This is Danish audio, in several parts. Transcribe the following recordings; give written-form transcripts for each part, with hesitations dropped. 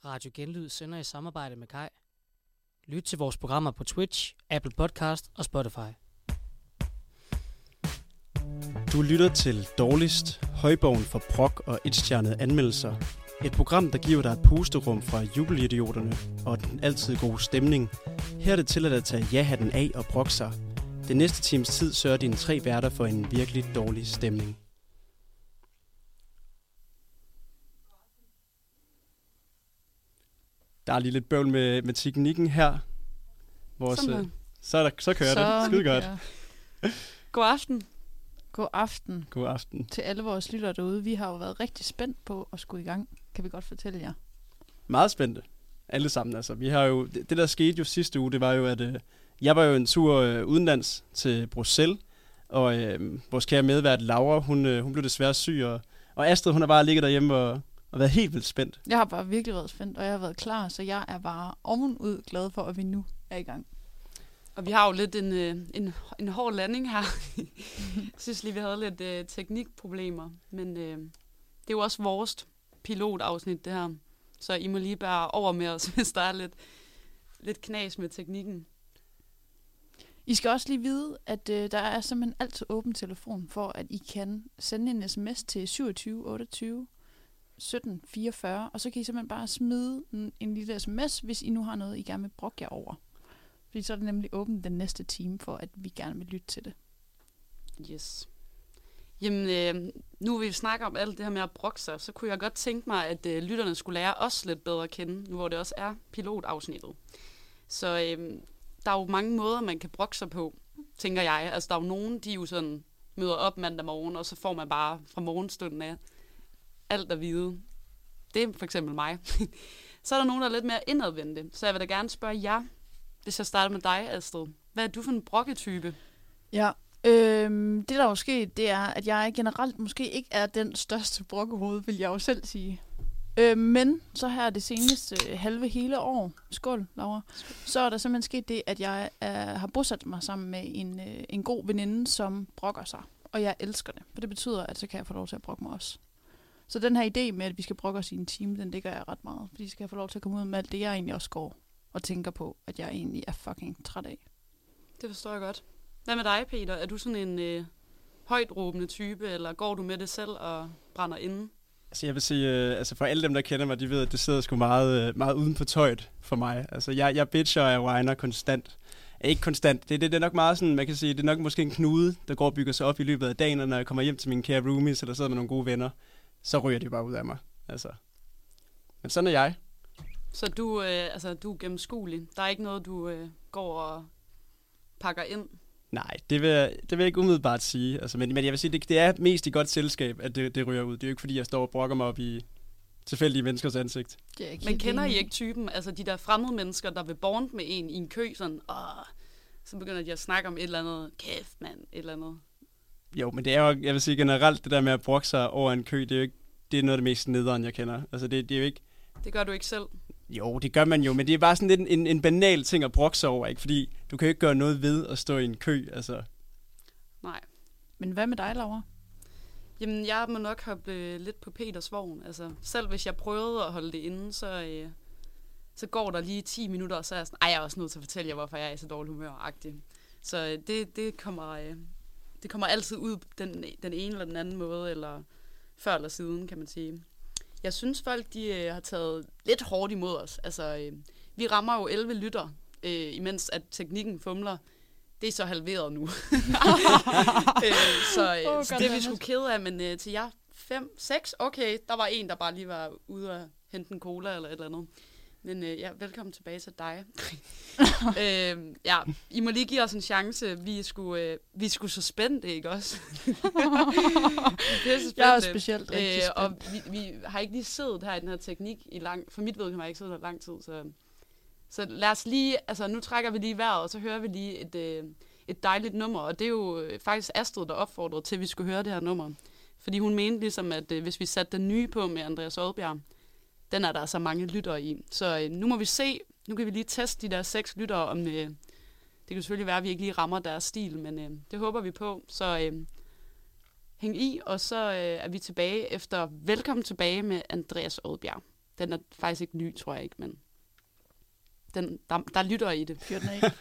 Radio Genlyd sender i samarbejde med Kai. Lyt til vores programmer på Twitch, Apple Podcast og Spotify. Du lytter til Dårligst, højbogen for brok og etstjernede anmeldelser. Et program, der giver dig et pusterum fra jubelidioterne og den altid gode stemning. Her er det tilladt at tage ja-hatten af og brokke sig. Den næste times tid sørger dine 3 værter for en virkelig dårlig stemning. Der er lige lidt bøvl med teknikken her. Så kører det. Skide godt. God aften. God aften. God aften. Til alle vores lyttere derude. Vi har jo været rigtig spændt på at skulle i gang. Kan vi godt fortælle jer. Meget spændte. Alle sammen altså. Vi har jo, det der skete jo sidste uge, det var jo, at jeg var jo en tur udenlands til Bruxelles. Og vores kære medvært Laura, hun blev desværre syg. Og Astrid, hun har bare ligget derhjemme og været helt vildt spændt. Jeg har bare virkelig været spændt, og jeg har været klar. Så jeg er bare ovenud glad for, at vi nu er i gang. Og vi har jo lidt en hård landing her. Jeg synes lige, vi havde lidt teknikproblemer. Men det er jo også vores pilotafsnit, det her. Så I må lige bære over med os, hvis der er lidt knas med teknikken. I skal også lige vide, at der er simpelthen altid åben telefon, for at I kan sende en sms til 27 28 17 44. Og så kan I simpelthen bare smide en lille sms, hvis I nu har noget, I gerne vil brokke jer over. Fordi så er det nemlig åbent den næste time, for at vi gerne vil lytte til det. Yes. Jamen, nu vil vi snakke om alt det her med at brokke sig, så kunne jeg godt tænke mig, at lytterne skulle lære os lidt bedre at kende, nu hvor det også er pilotafsnittet. Så der er jo mange måder, man kan brokke sig på, tænker jeg. Altså, der er jo nogen, de jo sådan møder op mandag morgen, og så får man bare fra morgenstunden af alt at vide. Det er for eksempel mig. Så er der nogen, der er lidt mere indadvendte. Så jeg vil da gerne spørge jer, hvis jeg starter med dig, Astrid. Hvad er du for en brokketype? Ja, det der jo sket, det er, at jeg generelt måske ikke er den største brokkehoved, vil jeg jo selv sige. Men så her det seneste halve hele år, skål Laura, så er der simpelthen sket det, at jeg har bosat mig sammen med en god veninde, som brokker sig. Og jeg elsker det, for det betyder, at så kan jeg få lov til at brokke mig også. Så den her idé med, at vi skal brokke os i en time, den ligger jeg ret meget. Fordi så skal jeg få lov til at komme ud med alt det, jeg egentlig også går og tænker på, at jeg egentlig er fucking træt af. Det forstår jeg godt. Hvad med dig, Peter? Er du sådan en højtråbende type, eller går du med det selv og brænder inde? Altså jeg vil sige, for alle dem, der kender mig, de ved, at det sidder sgu meget, meget uden på tøjet for mig. Altså jeg bitcher og jeg whiner konstant. Ikke konstant. Det er nok meget sådan, man kan sige, det er nok måske en knude, der går og bygger sig op i løbet af dagen, og når jeg kommer hjem til mine kære roomies, eller sidder med nogle gode venner, så ryger de bare ud af mig. Altså. Men sådan er jeg. Så du er gennemskuelig. Der er ikke noget, du går og pakker ind? Nej, det vil jeg ikke umiddelbart sige. Altså, men jeg vil sige, det er mest i godt selskab, at det ryger ud. Det er jo ikke, fordi jeg står og brokker mig op i tilfældige menneskers ansigt. Men kender I ikke typen? Altså de der fremmede mennesker, der vil bonde med en i en kø, sådan, så begynder de at snakke om et eller andet, kæft mand, et eller andet. Jo, men det er jo, jeg vil sige generelt, det der med at brokke sig over en kø, det er jo ikke, det er noget af det mest nederen, jeg kender. Altså det er jo ikke... Det gør du ikke selv? Jo, det gør man jo, men det er bare sådan lidt en banal ting at brokke sig over, ikke? Fordi du kan jo ikke gøre noget ved at stå i en kø, altså. Nej. Men hvad med dig, Laura? Jamen, jeg må nok hoppe lidt på Peters vogn. Altså, selv hvis jeg prøvede at holde det inde, så går der lige 10 minutter, og så er jeg sådan, jeg er også nødt til at fortælle jer, hvorfor jeg er i så dårlig humør-agtig. Så det kommer altid ud den ene eller den anden måde, eller før eller siden, kan man sige. Jeg synes, folk de har taget lidt hårdt imod os. Altså, vi rammer jo 11 lytter, imens at teknikken fumler. Det er så halveret nu. Så det er vi sgu kede af, men til jer 5-6, okay, der var en, der bare lige var ude og hente en cola eller et eller andet. Men velkommen tilbage til dig. I må lige give os en chance. Vi er sgu så spændte, ikke også? Jeg er specielt rigtig spændt. Og vi har ikke lige siddet her i den her teknik for mit vedkommende har jeg ikke siddet her lang tid. Så lad os lige, altså nu trækker vi lige vejret, og så hører vi lige et dejligt nummer. Og det er jo faktisk Astrid, der opfordrede til, at vi skulle høre det her nummer. Fordi hun mente ligesom, at hvis vi satte den nye på med Andreas Odbjerg, den er der så mange lyttere i. Så nu må vi se. Nu kan vi lige teste de der 6 lyttere, om det kan selvfølgelig være, at vi ikke lige rammer deres stil, men det håber vi på. Så hæng i, og så er vi tilbage efter Velkommen tilbage med Andreas Odbjerg. Den er faktisk ikke ny, tror jeg ikke, men der lytter i det. Fyr den af.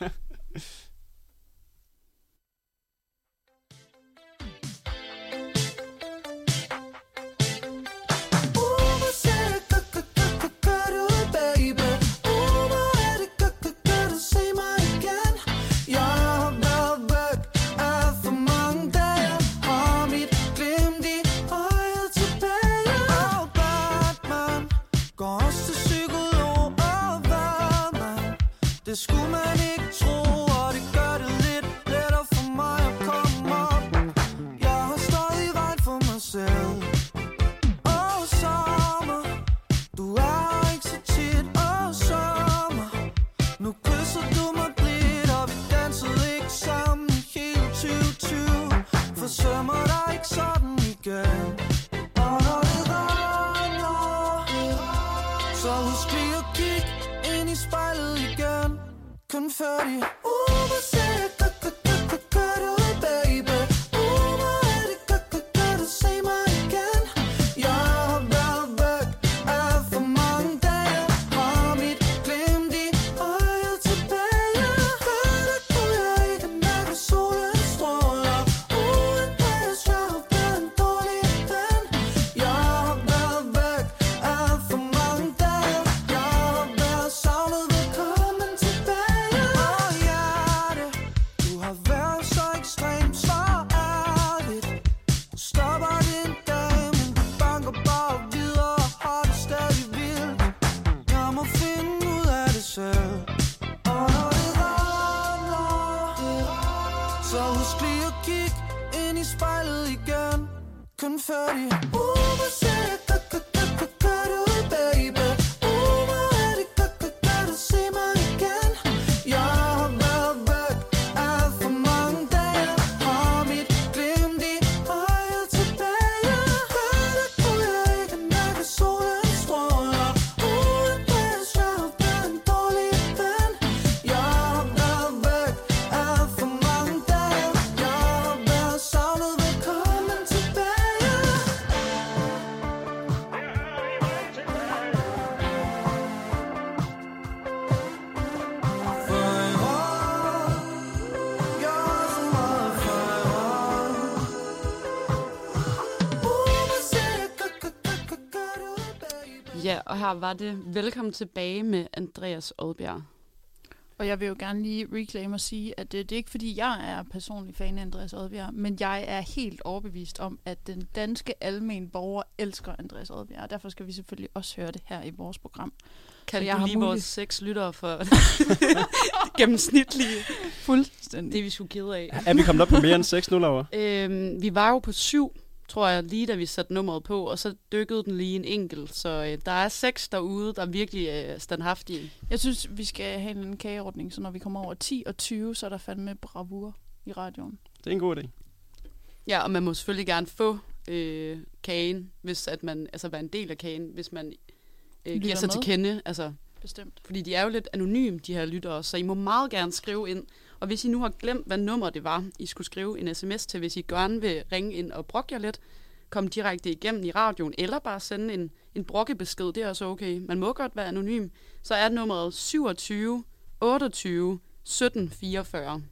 Det skulle man ikke tro, og det gør det lidt lettere for mig at komme op. Jeg har stået i vejen for mig selv. Åh, sommer, du er ikke så tit. Åh, sommer, nu kysser du mig blidt, og vi dansede ikke sammen i hele 2020. Forsømmer dig ikke sådan igen. Og når det regner, så husk lige at kigge ind i spejlet igen. Konfetti. Hvor ser jeg gør du, baby? Hvor er det gør du se mig igen? Jeg har været væk af for mange dage. Har mit glimt i øjet tilbage. Før der kunne jeg ikke mærke solen stråler. Uden dig, jeg har været en dårlig ven. Jeg har været væk af for mange dage. Jeg har været savnet, velkommen tilbage. Stopper din dag, men du banker bare videre og har det stadig vildt. Jeg må finde ud af det selv. Og når det regner, så husk lige at kigge ind i spejlet igen. Konfetti. Hvor ser jeg gør du, baby? Hvor er det gør du se mig igen? Jeg har været væk af for mange dage. Har mit glimt i øjet tilbage. Før der kunne jeg ikke mærke solen stråler. Uden dig, jeg har været en dårlig ven. Jeg har været væk af for mange dage. Jeg har været savnet, velkommen tilbage. Ja, og her var det Velkommen tilbage med Andreas Odbjerg. Og jeg vil jo gerne lige reclaim og sige, at det er ikke fordi, jeg er personlig fan af Andreas Odbjerg, men jeg er helt overbevist om, at den danske almen borger elsker Andreas Odbjerg, og derfor skal vi selvfølgelig også høre det her i vores program. Kan jeg du har lige mulighed- vores 6 lyttere for gennemsnitlige? Fuldstændig. Det er vi sgu kede af. Er vi kommet op på mere end 6 nu, Laura? Vi var jo på 7, tror jeg, lige da vi satte nummeret på, og så dykkede den lige en enkelt. Så der er 6 derude, der er virkelig standhaftige. Jeg synes, vi skal have en kageordning, så når vi kommer over 10 og 20, så er der fandme bravur i radioen. Det er en god idé. Ja, og man må selvfølgelig gerne få kagen, hvis at man, altså være en del af kagen, hvis man giver sig med. til kende. Altså, Bestemt. fordi de er jo lidt anonyme, de her lyttere, så I må meget gerne skrive ind. Og hvis I nu har glemt, hvad nummer det var, I skulle skrive en sms til, hvis I gerne vil ringe ind og brokke jer lidt, kom direkte igennem i radioen, eller bare sende en brokkebesked, det er også okay. Man må godt være anonym. Så er nummeret 27 28 17 44.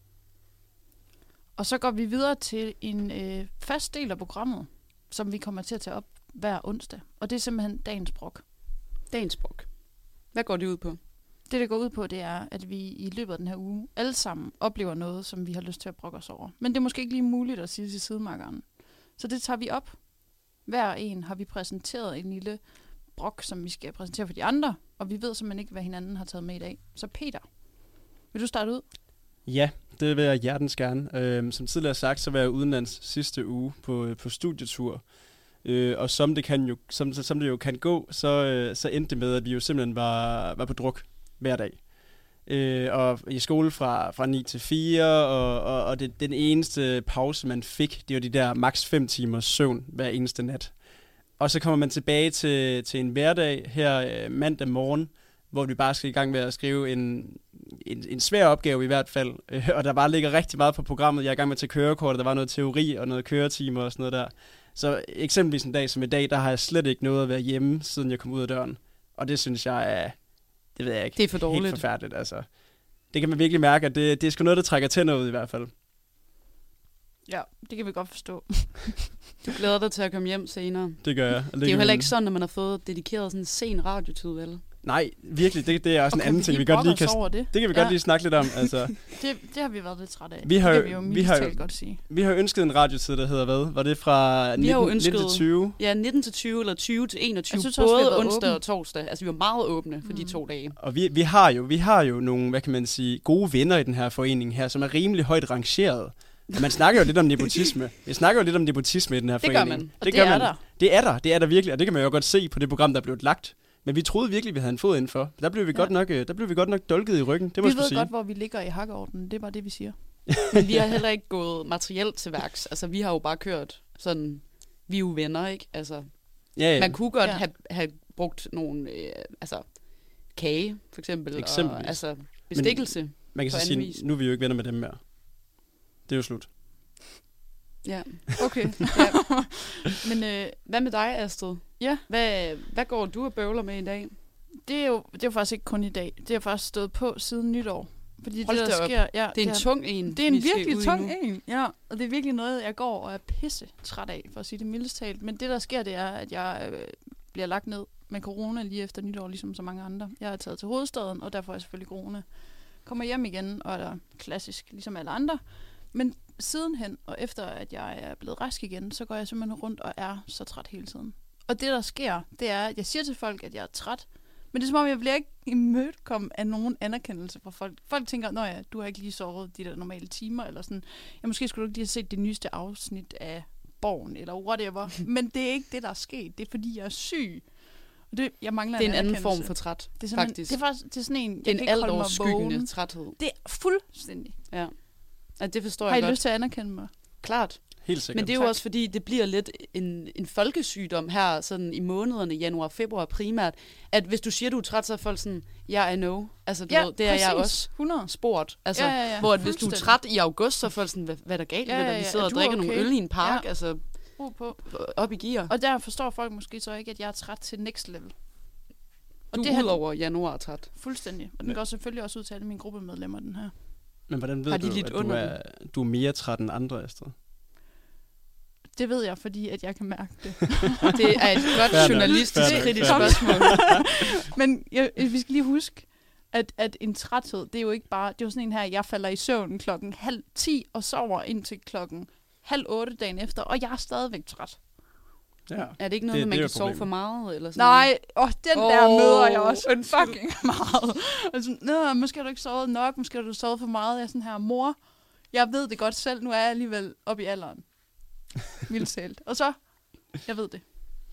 Og så går vi videre til en fast del af programmet, som vi kommer til at tage op hver onsdag. Og det er simpelthen dagens brok. Dagens brok. Hvad går det ud på? Det går ud på, det er, at vi i løbet af den her uge alle sammen oplever noget, som vi har lyst til at brokke os over. Men det er måske ikke lige muligt at sige til sidemarkeren. Så det tager vi op. Hver en har vi præsenteret en lille brok, som vi skal præsentere for de andre. Og vi ved simpelthen ikke, hvad hinanden har taget med i dag. Så Peter, vil du starte ud? Ja, det vil jeg hjertens gerne. Som tidligere sagt, så var jeg udenlands sidste uge på studietur. Og som det jo kan gå, så endte det med, at vi jo simpelthen var på druk hver dag. Og i skole fra 9 til 4, og den eneste pause, man fik, det var de der maks 5 timers søvn hver eneste nat. Og så kommer man tilbage til en hverdag her mandag morgen, hvor vi bare skal i gang med at skrive en svær opgave i hvert fald. Og der bare ligger rigtig meget på programmet. Jeg er i gang med at tage kørekort, der var noget teori og noget køretimer og sådan noget der. Så eksempelvis en dag som i dag, der har jeg slet ikke noget at være hjemme, siden jeg kom ud af døren. Og det synes jeg er, det ved jeg ikke, Det er for dårligt. helt forfærdeligt. Altså. Det kan man virkelig mærke, at det er sgu noget, der trækker tænder ud i hvert fald. Ja, det kan vi godt forstå. Du glæder dig til at komme hjem senere. Det gør jeg. Det er jo heller ikke sådan, at man har fået dedikeret sådan en sen radiotid, vel? Nej, virkelig, det er også en anden ting, vi lige godt lige kan... over det? Det kan vi godt lige snakke lidt om. Altså, Det har vi været lidt trætte af. Vi har- det kan vi jo vi har jo- mildt godt sige. vi har ønsket en radiotid, der hedder hvad? Var det fra Vi har jo 19 til ønsket- 20? Ja, 19 til 20 eller 20 til 21. Jeg synes også, vi har Både været onsdag åbne. og torsdag. Altså, vi var meget åbne for de 2 dage. Og vi har jo nogle, hvad kan man sige, gode venner i den her forening her, som er rimelig højt rangeret. Og man snakker jo lidt om nepotisme. Vi snakker jo lidt om nepotisme i den her Det gør forening. man. Og det gør er man. der. Det er der virkelig, og det kan man jo godt se på det program, der blev lagt. Men vi troede virkelig, vi havde en fod indenfor. Der blev vi godt nok dolket i ryggen, det må Vi jeg sgu ved sige. godt, hvor vi ligger i hakkeordenen. Det er bare det, vi siger. Men vi har heller ikke gået materielt til værks. Altså, vi har jo bare kørt sådan... Vi er jo venner, ikke? Altså, Ja. man kunne godt Ja. have brugt nogle... kage, for eksempel. Eksempelvis. Og, altså, bestikkelse. Man kan på så anden sige, vis. nu er vi jo ikke venner med dem mere. Det er jo slut. Ja. Okay. Men Hvad med dig, Astrid? Ja. Hvad går du og bøvler med i dag? det er jo faktisk ikke kun i dag. Det har faktisk stået på siden nytår. Fordi Hold det, da der op. sker... Ja, Det er en tung en. Det er en vi skal virkelig ud i tung nu. en, ja. Og det er virkelig noget, jeg går og er pisse træt af, for at sige det mildest talt. Men det, der sker, det er, at jeg bliver lagt ned med corona lige efter nytår, ligesom så mange andre. Jeg er taget til hovedstaden, og derfor er jeg selvfølgelig corona. Kommer hjem igen, og er der klassisk, ligesom alle andre. Men sidenhen, og efter at jeg er blevet rask igen, så går jeg simpelthen rundt og er så træt hele tiden. Og det, der sker, det er, at jeg siger til folk, at jeg er træt. Men det er som om, jeg bliver ikke imødekommet af nogen anerkendelse fra folk. Folk tænker, nå ja, du har ikke lige sovet de der normale timer, eller sådan. Ja, måske skulle du ikke lige have set det nyeste afsnit af Borgen, eller whatever. Men det er ikke det, der er sket. Det er, fordi jeg er syg. Og det, jeg mangler Det er en anden anerkendelse. form for træt, det er faktisk. Det er faktisk det er sådan en, Det jeg er kan en ikke alt holde mig overskyggende vågen. træthed. Det er fuldstændig. Ja. Det forstår Har jeg I godt. lyst til at anerkende mig? Klart. Helt sikkert. Men det er jo Tak. også fordi, det bliver lidt en folkesygdom her, sådan i månederne, januar, februar primært, at hvis du siger, du er træt, så er folk sådan, I know. Altså, du ved, det er jeg også 100. spurgt. Altså, Ja. hvor at hvis du er Fuldstændig. træt i august, så er folk sådan, hvad er der galt med dig? Vi sidder er og du drikker okay? nogle øl i en park, Ja. altså Ro på. op i gear. Og der forstår folk måske så ikke, at jeg er træt til next level. Og Du det er har ud over januar træt. fuldstændig. Og den går selvfølgelig også ud til alle mine gruppemedlemmer, den her. Men hvordan Har ved de du, lidt at under du er mere træt end andre, Astrid? Det ved jeg, fordi at jeg kan mærke det. Det er et godt Fair nok. journalistisk Fair nok. kritisk Fair nok. spørgsmål. Men vi skal lige huske, at en træthed, det er jo ikke bare, det er jo sådan en her, jeg falder i søvn 9:30 og sover indtil 7:30 dagen efter, og jeg er stadigvæk træt. Ja. Er det ikke noget, Det- med, man det er kan jo sove problemet. for meget? Eller sådan Nej, den der møder jeg også undskyld. fucking meget. Altså, måske har du ikke sovet nok, måske har du sovet for meget. Jeg er sådan her, mor, jeg ved det godt selv, nu er jeg alligevel oppe i alderen. Vildt talt. Og så, jeg ved det.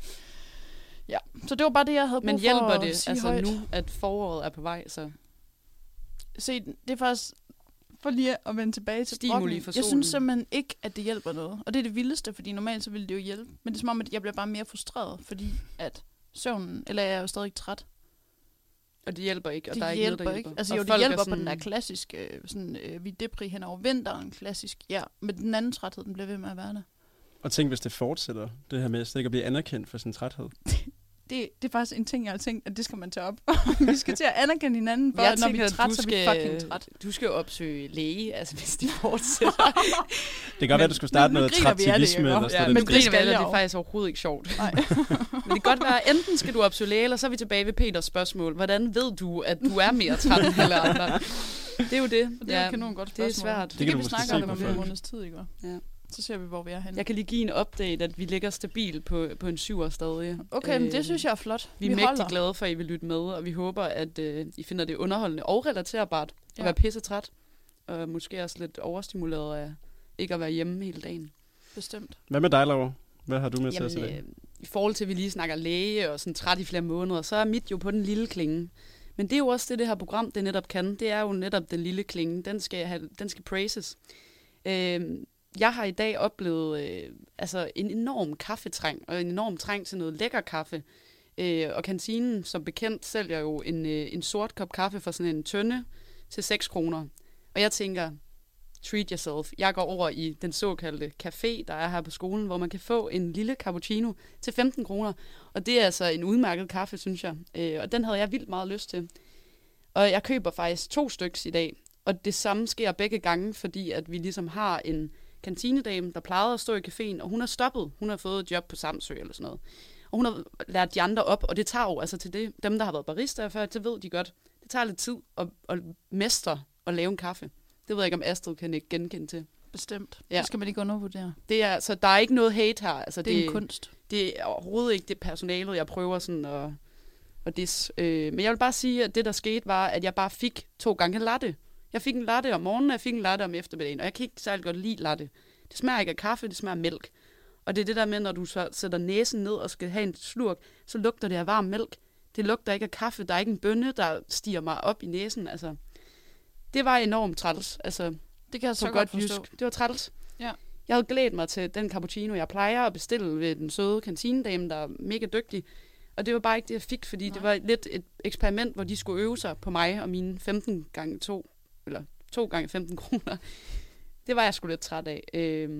Ja, så det var bare det, jeg havde brug Men for hjælper at det sige altså højt. nu, at foråret er på vej, så Se, det er faktisk, for lige at vende tilbage til Stimuli brokken. for Jeg solen. synes simpelthen ikke, at det hjælper noget. Og det er det vildeste, fordi normalt så ville det jo hjælpe. Men det er som om, at jeg bliver bare mere frustreret, fordi at søvnen, eller jeg er jo stadig træt. og det hjælper ikke, og Det der er ikke hjælper noget, der ikke. hjælper. Altså Og jo, det folk er hjælper på sådan- den der klassiske, vi er depri hen over vinteren, klassisk, ja. Men den anden træthed, den bliver ved med at være der. Og tænk, hvis det fortsætter, det her med slet ikke at blive anerkendt for sin træthed. Det er faktisk en ting, jeg har tænkt, at det skal man tage op. Vi skal til at anerkende hinanden, for Jeg at når vi tænker, er at træt, du så er vi fucking træt. Du skal jo opsøge læge, altså hvis de fortsætter. Det kan godt være, at du skulle starte nu noget griner vi af det, traktivisme ikke? eller sådan Ja, noget. men det griner skal vi af det, jeg det er jo. faktisk overhovedet ikke sjovt. Nej. Men det kan godt være, enten skal du opsøge læge, eller så er vi tilbage ved Peters spørgsmål. Hvordan ved du, at du er mere træt end alle andre? Det er jo det. Og det er jo kanon godt det er spørgsmål. svært. Det kan kan du vi måske snakke se om på om en folk. måneds tid, ikke? Ja. Så ser vi, hvor vi er henne. Jeg kan lige give en update, at vi ligger stabilt på en 7'er stadig. Okay, men det synes jeg er flot. Vi er mægtig glade for, at I vil lytte med, og vi håber, at I finder det underholdende og relaterbart at være pissetræt, og måske også lidt overstimuleret af ikke at være hjemme hele dagen. Bestemt. Hvad med dig, Laura? Hvad har du med til os i dag? I forhold til, at vi lige snakker læge og sådan træt i flere måneder, så er mit jo på den lille klinge. Men det er jo også det her program, det netop kan. Det er jo netop den lille klinge. Den skal praises. Jeg har i dag oplevet en enorm kaffetræng, og en enorm træng til noget lækker kaffe. Og kantinen, som bekendt, sælger jo en sort kop kaffe for sådan en tønde til 6 kroner. Og jeg tænker, treat yourself. Jeg går over i den såkaldte café, der er her på skolen, hvor man kan få en lille cappuccino til 15 kroner. Og det er altså en udmærket kaffe, synes jeg. Og den havde jeg vildt meget lyst til. Og jeg køber faktisk 2 styks i dag. Og det samme sker begge gange, fordi at vi ligesom har en kantinedame, der plejede at stå i caféen, og hun er stoppet. Hun har fået et job på Samsø eller sådan noget. Og hun har lært de andre op, og det tager jo altså til det. Dem, der har været barista før, det ved de godt. Det tager lidt tid at mestre og lave en kaffe. Det ved jeg ikke, om Astrid kan ikke genkende til. Bestemt. Ja. Det skal man ikke undervurdere. Det er, så der er ikke noget hate her. Altså, Det er en kunst. Det er overhovedet ikke det personale, jeg prøver sådan at dis. Men jeg vil bare sige, at det, der skete, var, at jeg bare fik 2 gange latte. Jeg fik en latte om morgenen, og jeg fik en latte om eftermiddagen. Og jeg kan ikke særlig godt lide latte. Det smager ikke af kaffe, det smager af mælk. Og det er det der med, når du så sætter næsen ned og skal have en slurk, så lugter det af varm mælk. Det lugter ikke af kaffe. Der er ikke en bønne, der stiger mig op i næsen. Altså, det var enormt træls. Altså, Det kan jeg så på godt godt forstå. jysk. Det var træls. Ja. Jeg havde glædet mig til den cappuccino, jeg plejer at bestille ved den søde kantinedame, der er mega dygtig. Og det var bare ikke det, jeg fik, fordi det var lidt et eksperiment, hvor de skulle øve sig på mig og mine 15 gange 2, eller 2 gange 15 kroner. Det var jeg sgu lidt træt af.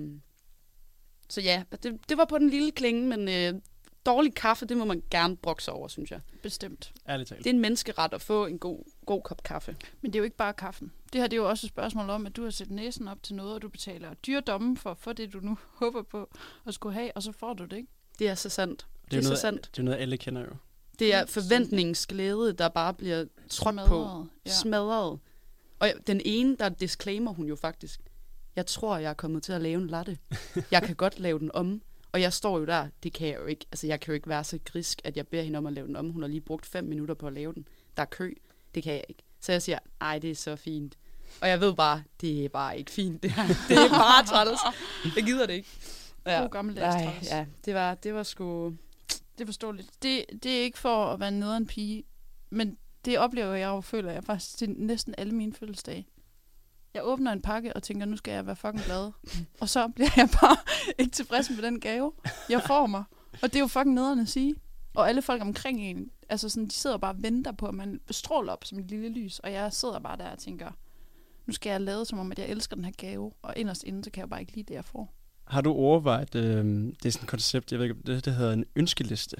Så ja, det var på den lille klinge, men dårlig kaffe, det må man gerne brokse over, synes jeg. Bestemt. Ærligt talt. Det er en menneskeret at få en god kop kaffe. Men det er jo ikke bare kaffen. Det her det er jo også et spørgsmål om, at du har sat næsen op til noget, og du betaler dyredomme for at få det, du nu håber på at skulle have, og så får du det, ikke? Det er så sandt. Det er så noget, sandt. det er noget, alle kender jo. Det er forventningsglæde, der bare bliver trådt på. Smadret, ja. Smadret. Og den ene, der disclaimer hun jo faktisk. Jeg tror, jeg er kommet til at lave en latte. Jeg kan godt lave den om. Og jeg står jo der, det kan jeg jo ikke. Altså, jeg kan jo ikke være så grisk, at jeg beder hende om at lave den om. Hun har lige brugt 5 minutter på at lave den. Der er kø. Det kan jeg ikke. Så jeg siger, ej, det er så fint. Og jeg ved bare, det er bare ikke fint. Det er bare træls. Jeg gider det ikke. God gammeldags træls. Ja, det var sgu... Det er forståeligt. Det er ikke for at være nederen pige, men det oplever jeg jo, føler jeg faktisk til næsten alle mine fødselsdage. Jeg åbner en pakke og tænker, nu skal jeg være fucking glad. Og så bliver jeg bare ikke tilfreds med den gave, jeg får mig. Og det er jo fucking nederen at sige. Og alle folk omkring en, altså sådan, de sidder bare og venter på, at man bestråler op som et lille lys. Og jeg sidder bare der og tænker, nu skal jeg lade som om, at jeg elsker den her gave. Og inderst inden, så kan jeg bare ikke lide det, jeg får. Har du overvejet, det er sådan et koncept, jeg ved ikke, det hedder en ønskeliste?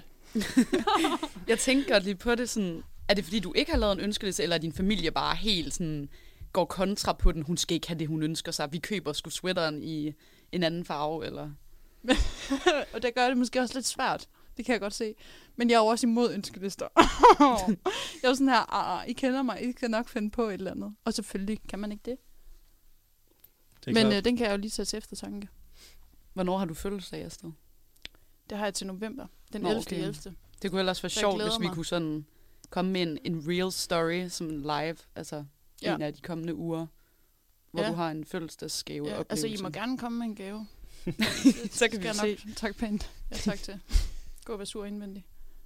Jeg tænker godt lige på det sådan, er det fordi, du ikke har lavet en ønskeliste, eller er din familie bare helt sådan, går kontra på den, hun skal ikke have det, hun ønsker sig, vi køber sgu sweateren i en anden farve, eller? Og det gør det måske også lidt svært. Det kan jeg godt se. Men jeg er jo også imod ønskelister. Jeg er jo sådan her, I kender mig, I kan nok finde på et eller andet. Og selvfølgelig kan man ikke det. Men den kan jeg jo lige tage til eftertanke. Hvornår har du fødselsdag, Astrid? Det har jeg til november. Den Nå, 11. okay. 11. Det kunne ellers være Så jeg sjovt, glæder hvis vi mig. kunne sådan komme med en real story, som live, altså Ja. en af de kommende uger, hvor Ja. du har en fødselsdagsgave Ja, oplevelse. altså, I må gerne komme med en gave. Så kan vi Skal jeg se. nok tak pænt. Ja, tak til. Gå og være sur indvendig.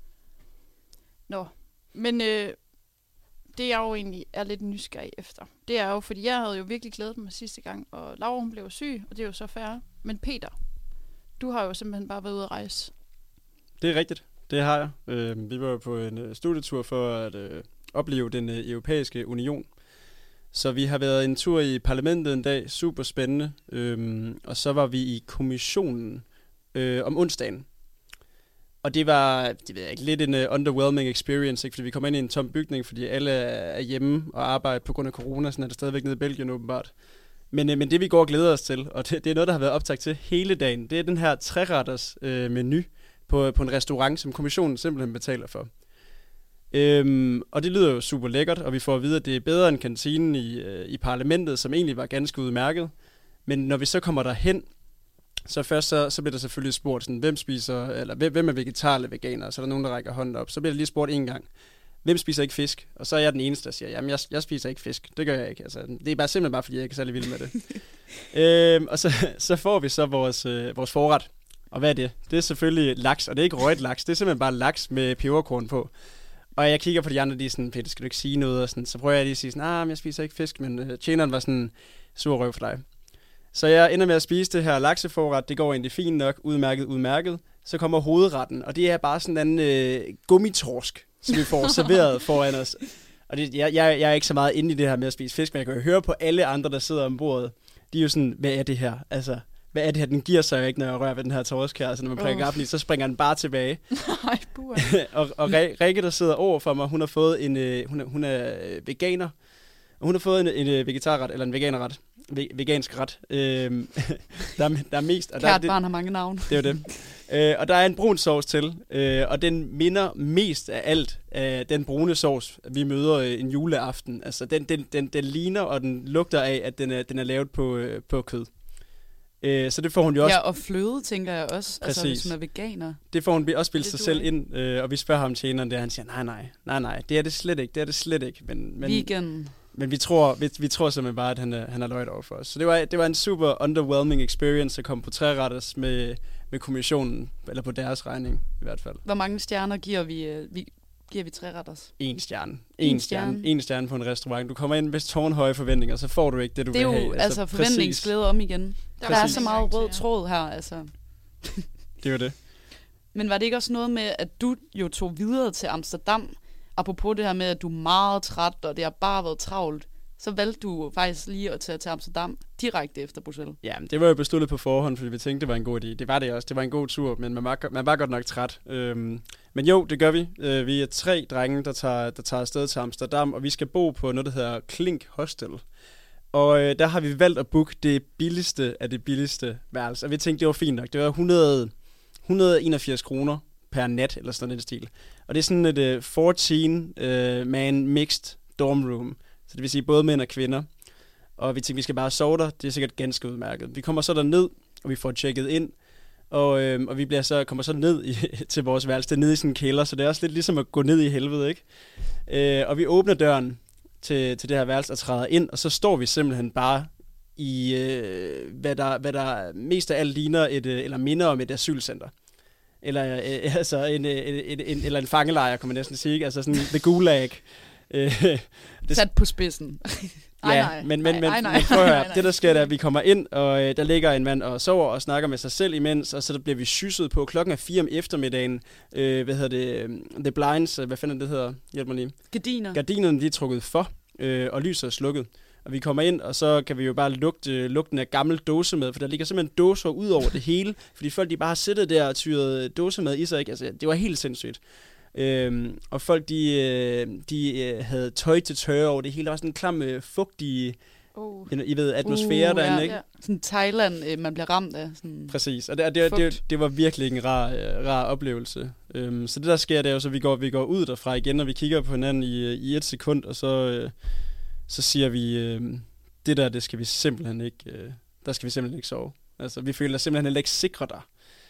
Nå, men det jeg jo egentlig er lidt nysgerrig efter, det er jo, fordi jeg havde jo virkelig glædet mig sidste gang, og Laura hun blev syg, og det er jo så fair. Men Peter, du har jo simpelthen bare været ude at rejse. Det er rigtigt. Det har jeg. Vi var jo på en studietur for at opleve den europæiske union. Så vi har været en tur i parlamentet en dag. Super spændende. Og så var vi i kommissionen om onsdagen. Og det var, det ved jeg ikke, lidt en underwhelming experience, ikke? Fordi vi kom ind i en tom bygning, fordi alle er hjemme og arbejder på grund af corona. Sådan er det stadigvæk nede i Belgien åbenbart. Men det vi går og glæder os til, og det er noget, der har været optagt til hele dagen, det er den her 3-retters menu på en restaurant, som kommissionen simpelthen betaler for. Og det lyder jo super lækkert, og vi får at vide, at det er bedre end kantinen i parlamentet, som egentlig var ganske udmærket. Men når vi så kommer derhen, så først så bliver der selvfølgelig spurgt, sådan, hvem er vegetar eller veganer, og så er der nogen, der rækker hånden op. Så bliver der lige spurgt en gang, hvem spiser ikke fisk? Og så er jeg den eneste, der siger, jamen jeg spiser ikke fisk. Det gør jeg ikke. Altså, det er bare simpelthen bare, fordi jeg ikke er særlig vild med det. Og så får vi så vores forret. Og hvad er det? Det er selvfølgelig laks, og det er ikke røget laks. Det er simpelthen bare laks med peberkorn på. Og jeg kigger på de andre, de er sådan, Peter, skal du ikke sige noget? Og sådan, så prøver jeg lige at sige sådan, jeg spiser ikke fisk, men tjeneren var sådan, sur røv for dig. Så jeg ender med at spise det her lakseforret. Det går egentlig fint nok, udmærket. Så kommer hovedretten, og det er bare sådan en gummitorsk, som vi får serveret foran os. Og jeg er ikke så meget inde i det her med at spise fisk, men jeg kan jo høre på alle andre, der sidder om bordet. de er jo sådan, hvad er det her? Altså, hvad er det her? Den giver sig jo ikke, når jeg rører ved den her torsk her. Altså, når man prikker op lige, så springer den bare tilbage. Nej, buer. og Rikke, der sidder over for mig, hun har fået en, hun er veganer. Og hun har fået en vegetarret, eller en veganerret. Vegansk ret. Der er mest... Kært barn har mange navne. Det er det. Og der er en brun sovs til, og den minder mest af alt af den brune sovs, vi møder en juleaften. Altså, den ligner, og den lugter af, at den er lavet på kød. Så det får hun jo også... Ja, og fløde, tænker jeg også. Præcis. Altså, hvis hun er veganer. Det får hun også bildt sig selv ind, og vi spørger ham tjeneren der, han siger, nej, det er det slet ikke. Men Vegan. Men vi tror simpelthen bare, at han er løjt over for os. Så det var en super underwhelming experience at komme på 3-retters med kommissionen, eller på deres regning i hvert fald. Hvor mange stjerner giver vi 3-retters? 1 stjerne. 1 stjerne på en restaurant. Du kommer ind med tårnhøje forventninger, så får du ikke det, du vil have. Det er jo altså forventningsglæde om igen. Der er så meget rød tråd her, altså. Det er jo det. Men var det ikke også noget med, at du jo tog videre til Amsterdam, apropos det her med, at du er meget træt, og det har bare været travlt, så valgte du faktisk lige at tage til Amsterdam direkte efter Bruxelles? Ja, det var jo besluttet på forhånd, fordi vi tænkte, det var en god idé. Det var det også. Det var en god tur, men man var godt nok træt. Men jo, det gør vi. Vi er 3 drenge, der tager afsted til Amsterdam, og vi skal bo på noget, der hedder Klink Hostel. Og der har vi valgt at booke det billigste af det billigste værelse. Og vi tænkte, det var fint nok. Det var 181 kroner per nat, eller sådan en stil. Og det er sådan et 14-man mixed dorm room. Så det vil sige både mænd og kvinder. Og vi tænkte, vi skal bare sove der. Det er sikkert ganske udmærket. Vi kommer så derned, og vi får tjekket ind. Og vi kommer så ned til vores værelse. Det er nede i sådan en kælder, så det er også lidt ligesom at gå ned i helvede, ikke? Og vi åbner døren til det her værelse og træder ind, og så står vi simpelthen bare i, hvad der mest af alt ligner eller minder om et asylcenter. Eller eller en fangelejr, kan man næsten sige, ikke? Altså sådan the gulag. Sat på spidsen. Men prøv at høre, det der sker, der, at vi kommer ind, og der ligger en mand og sover og snakker med sig selv imens, og så der bliver vi sysset på. Klokken er 4 om eftermiddagen. The blinds, hvad fanden det hedder? Hjælp mig lige. Gardinerne, de er trukket for, og lyset er slukket. Og vi kommer ind, og så kan vi jo bare lugte lugten af gammel dåsemad, for der ligger simpelthen dåser ud over det hele, fordi folk de bare har siddet der og tyret dåsemad i sig, ikke? Altså, det var helt sindssygt. Og folk de havde tøj til tørre over det hele. Der var sådan en klam fugtig I ved, atmosfære derinde, ikke? Sådan Thailand, man bliver ramt af. Sådan præcis, og det var virkelig en rar oplevelse. Så det der sker, det er jo så, vi går ud derfra igen, og vi kigger på hinanden i 1 sekund, og så siger vi, det skal vi simpelthen ikke, der skal vi simpelthen ikke sove. Altså, vi føler simpelthen heller ikke sikre der.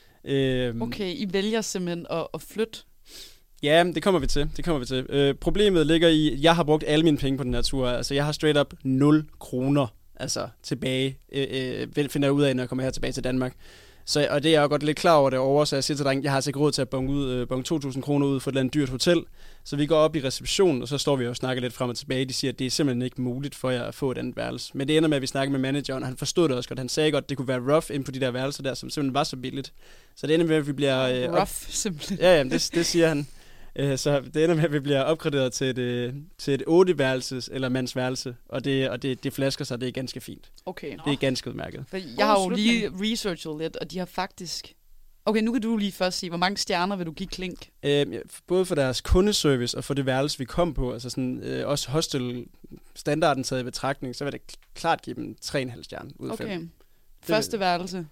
Okay, I vælger simpelthen at flytte? Ja, det kommer vi til. Problemet ligger i, at jeg har brugt alle mine penge på den her tur. Altså, jeg har straight up 0 kroner tilbage, finder jeg ud af, når jeg kommer her tilbage til Danmark. Og det er jeg jo godt lidt klar over derovre, så jeg siger til dig, jeg har altså ikke råd til at bonge 2.000 kroner ud for et eller andet dyrt hotel. Så vi går op i receptionen, og så står vi og snakker lidt frem og tilbage. De siger, at det er simpelthen ikke muligt for jer at få et andet værelse. Men det ender med, at vi snakker med manageren, og han forstod det også godt. Han sagde godt, at det kunne være rough ind på de der værelser der, som simpelthen var så billigt. Så det ender med, at vi bliver... rough, simpelthen. Ja, det siger han. Så det ender med, at vi bliver opgraderet til et 8-værelses eller mandsværelse, og det flasker sig, det er ganske fint. Okay. Det er ganske udmærket. For jeg har jo lige researchet lidt, og de har faktisk... Okay, nu kan du lige først sige, hvor mange stjerner vil du give Klink? Både for deres kundeservice og for det værelse, vi kom på, altså sådan, også hostel-standarden taget i betragtning, så vil det klart give dem 3,5 stjerner ud af 5. Okay. Første værelse?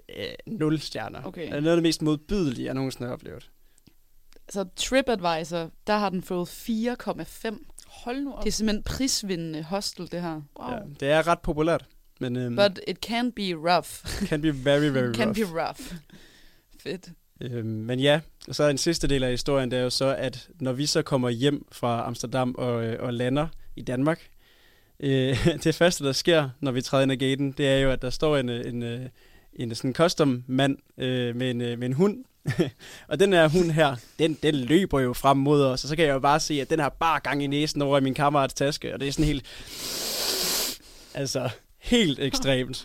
0 stjerner. Okay. Det er noget af det mest modbydelige, jeg nogensinde har oplevet. Så TripAdvisor, der har den fået 4,5. Hold nu op. Det er simpelthen prisvindende hostel, det her. Wow. Ja, det er ret populært. Men, but it can be rough. Can be very, very rough. Can be rough. Fedt. Men ja, og så en sidste del af historien, det er jo så, at når vi så kommer hjem fra Amsterdam og lander i Danmark, det første, der sker, når vi træder ind ad gaten, det er jo, at der står en sådan custom mand med en hund. Og den her hund her, den løber jo frem mod os, og så kan jeg jo bare se, at den har bare gang i næsen over i min kammerats taske, og det er sådan helt... Altså, helt ekstremt.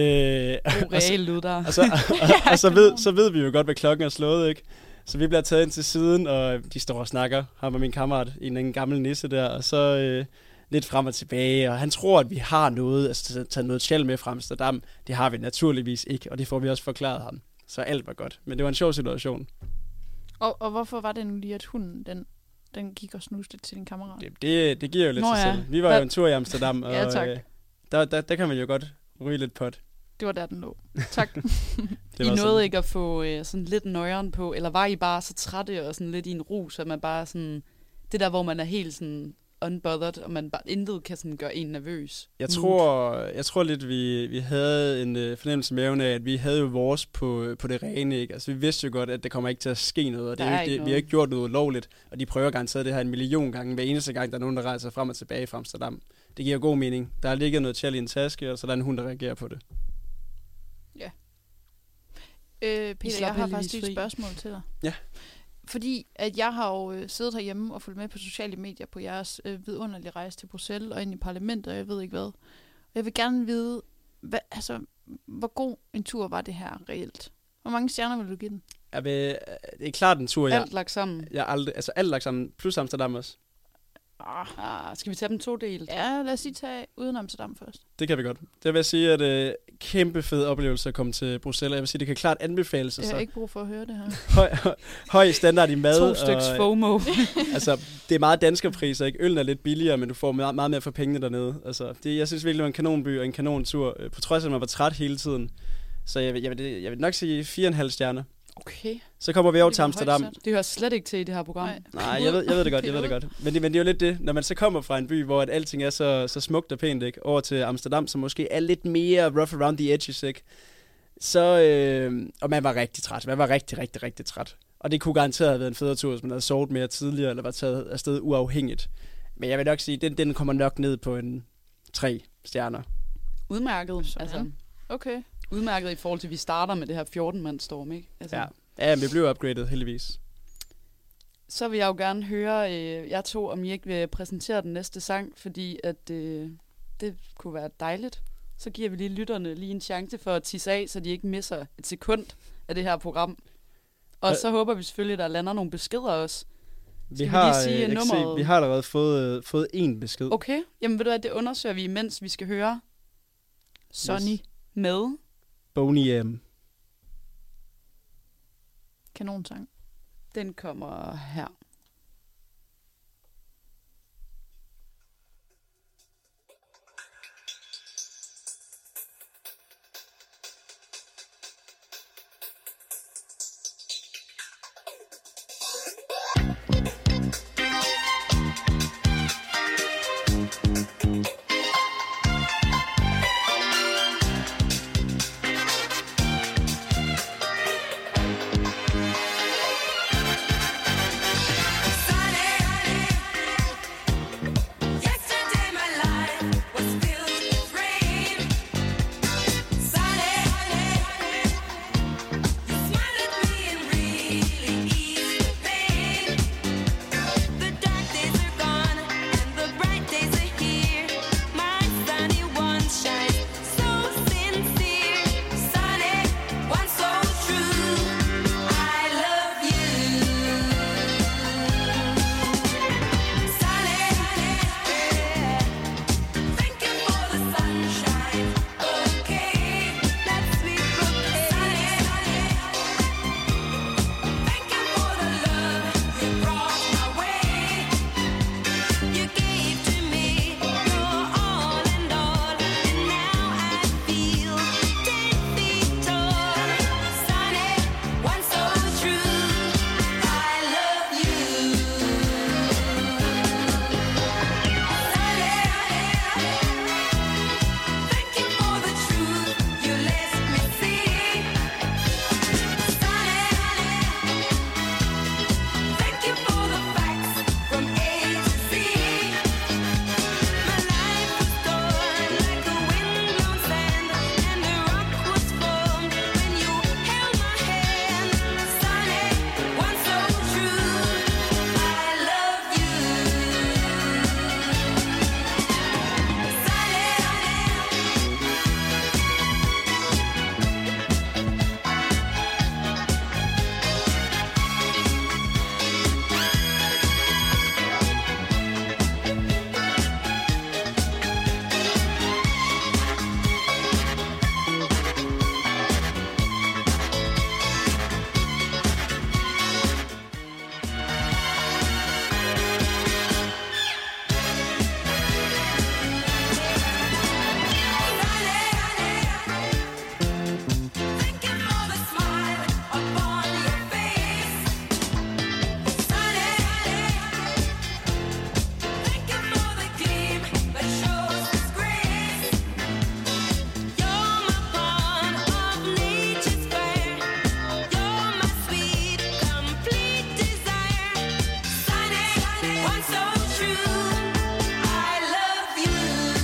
Så ved vi jo godt, hvad klokken er slået, ikke? Så vi bliver taget ind til siden, og de står og snakker, ham og min kammerat, en gammel nisse der, og så lidt frem og tilbage, og han tror, at vi har noget, altså taget noget tjæl med fra Amsterdam. Det har vi naturligvis ikke, og det får vi også forklaret ham. Så alt var godt. Men det var en sjov situation. Og hvorfor var det nu lige, at hunden, den gik og snuste til din kammerat? Det giver jo lidt sig selv. Vi var jo en tur i Amsterdam, og Ja, tak. der kan man jo godt ryge lidt pot. Det var der, den lå. Tak. Det I var nåede ikke at få sådan lidt nøjeren på, eller var I bare så trætte og sådan lidt i en rus, at man bare sådan, det der, hvor man er helt sådan unbothered, og man bare intet kan sådan gøre en nervøs. Jeg tror lidt, vi havde en fornemmelse i maven af, at vi havde jo vores på det rene, ikke? Altså, vi vidste jo godt, at der kommer ikke til at ske noget, og det er jo ikke, vi har ikke gjort noget ulovligt, og de prøver garanteret det her 1 million gange, hver eneste gang, der er nogen, der rejser frem og tilbage fra Amsterdam. Det giver god mening. Der er ligget noget tjæl i en taske, og så der er en hund, der reagerer på det. Peter, jeg har faktisk et spørgsmål til dig. Ja. Fordi at jeg har jo siddet herhjemme og fulgt med på sociale medier på jeres vidunderlige rejse til Bruxelles og ind i parlamentet, og jeg ved ikke hvad. Og jeg vil gerne vide, hvor god en tur var det her reelt? Hvor mange stjerner vil du give den? Det er klart en tur, Alt lagt sammen. alt lagt sammen, plus Amsterdam også. Skal vi tage dem 2 delt? Ja, lad os lige tage uden Amsterdam først. Det kan vi godt. Det vil jeg sige, at kæmpe fed oplevelse at komme til Bruxelles. Jeg vil sige, det kan klart anbefales. Jeg har ikke brug for at høre det her. Høj standard i mad. 2 styks FOMO. Altså, det er meget danskerpriser, ikke? Øllen er lidt billigere, men du får meget mere for pengene dernede. Altså, jeg synes virkelig, det var en kanonby og en kanontur. På trods af, at man var træt hele tiden. Så jeg vil nok sige 4,5 stjerner. Okay. Så kommer vi over Det til var Amsterdam. højt Det hører slet ikke til i det her program. Nej, jeg ved det godt. Men det er jo lidt det, når man så kommer fra en by, hvor at alting er så smukt og pænt, ikke? Over til Amsterdam, som måske er lidt mere rough around the edges, ikke? Så, og man var rigtig træt. Man var rigtig, rigtig, rigtig træt. Og det kunne garanteret have været en federe tur, hvis man havde sovet mere tidligere, eller var taget afsted uafhængigt. Men jeg vil nok sige, den kommer nok ned på en 3 stjerner. Udmærket. Sådan. Altså, Okay. udmærket i forhold til, at vi starter med det her 14-mandsstorm, ikke? Altså, Ja, men vi blev upgradet, heldigvis. Så vil jeg jo gerne høre jer to, om I ikke vil præsentere den næste sang, fordi at det kunne være dejligt. Så giver vi lige lytterne lige en chance for at tisse af, så de ikke misser et sekund af det her program. Og så håber vi selvfølgelig, at der lander nogle beskeder også. Vi har allerede fået en besked. Okay, jamen ved du hvad, det undersøger vi, mens vi skal høre Sonny. med Boney M. Kanonsang. Den kommer her. one so true. I love you.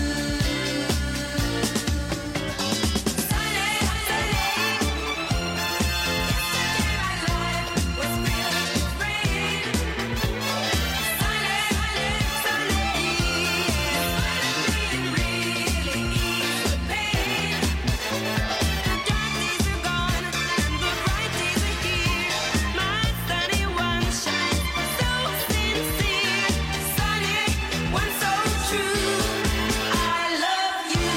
Sunday, Sunday. Yesterday my life was filled with rain. Sunday, Sunday. It's really ease the pain. The dark days are gone and the bright days are here. My sunny one shines so sincere. Sunny one so true. I love you.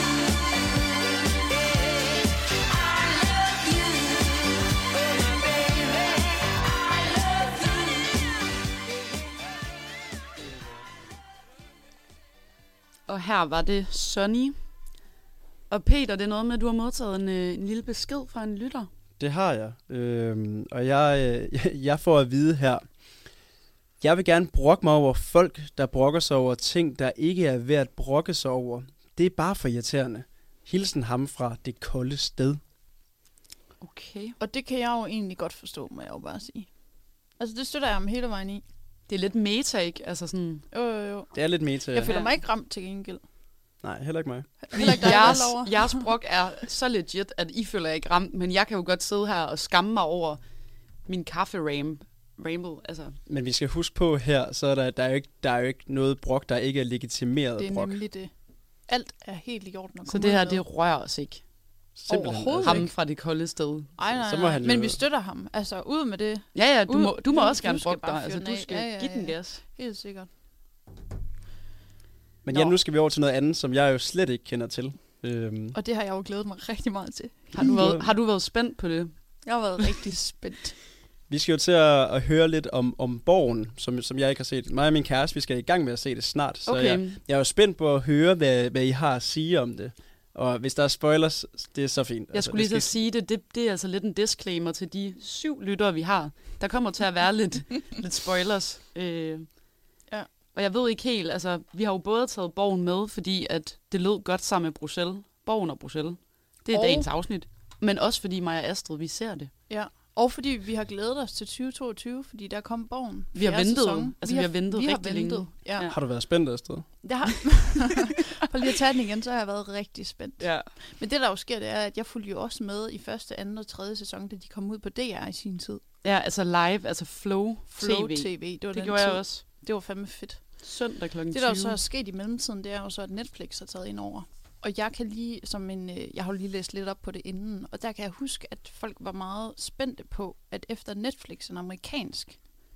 I love you. Oh my baby, I love you. Og her var det Sunny. Og Peter, det er noget med, at du har modtaget en lille besked fra en lytter. Det har jeg. Og jeg får at vide her. Jeg vil gerne brokke mig over folk, der brokker sig over ting, der ikke er værd at brokke sig over. Det er bare for irriterende. Hilsen ham fra det kolde sted. Okay. Og det kan jeg jo egentlig godt forstå, må jeg jo bare sige. Altså, det støtter jeg ham hele vejen i. Det er lidt meta, ikke? Altså sådan... Jo. Det er lidt meta. Jeg føler Ja. mig ikke ramt til gengæld. Nej, heller ikke mig. Heller ikke dig, Laura. Jeres brok er så legit, at I føler jer ikke ramt, men jeg kan jo godt sidde her og skamme mig over min kaffe-ramble. Altså, Men vi skal huske på her, så er der er jo ikke noget brok, der ikke er legitimeret Det er brok. nemlig det. Alt er helt i orden. så det her, det rører os ikke. Simpelthen. overhovedet Ham ikke. fra det kolde sted. Ej, så må han men jo- vi støtter ham. Altså, ud med det. Ja, Ud- du må du- også du gerne skal brokke bare dig. fyre Altså, den du af. skal Ja. give den gas. Helt sikkert. Men Nå. ja, nu skal vi over til noget andet, som jeg jo slet ikke kender til. Og det har jeg jo glædet mig rigtig meget til. Har du været spændt på det? Jeg har været rigtig spændt. Vi skal jo til at høre lidt om Borgen, som jeg ikke har set. Mig og min kæreste, vi skal i gang med at se det snart. Så Okay. jeg er jo spændt på at høre, hvad I har at sige om det. Og hvis der er spoilers, det er så fint. Jeg skulle lige så det sige det. Det er altså lidt en disclaimer til de 7 lyttere, vi har. Der kommer til at være lidt spoilers. Ja. Og jeg ved ikke helt, altså, vi har jo både taget Borgen med, fordi at det lød godt sammen med Bruxelles. Borgen og Bruxelles. Det er Og- dagens afsnit. Men også fordi mig og Astrid, vi ser det. Ja. Og fordi vi har glædet os til 2022, fordi der kom Borgen. Vi har Fjerde ventet. sæson. Altså, vi har ventet vi har rigtig ventet. længe. Ja. Ja. Har du været spændt afsted? Det har... For lige at tage den igen, så har jeg været rigtig spændt. Ja. Men det, der jo sker, det er, at jeg fulgte jo også med i første, anden og tredje sæson, da de kom ud på DR i sin tid. Ja, altså live, altså Flow TV. TV, det var Det den gjorde tid. jeg også. Det var fandme fedt. Søndag kl. 20. Det, der jo så er sket i mellemtiden, det er jo så, at Netflix har taget ind over. Og jeg kan lige, jeg har jo lige læst lidt op på det inden, og der kan jeg huske, at folk var meget spændte på, at efter Netflix, en amerikansk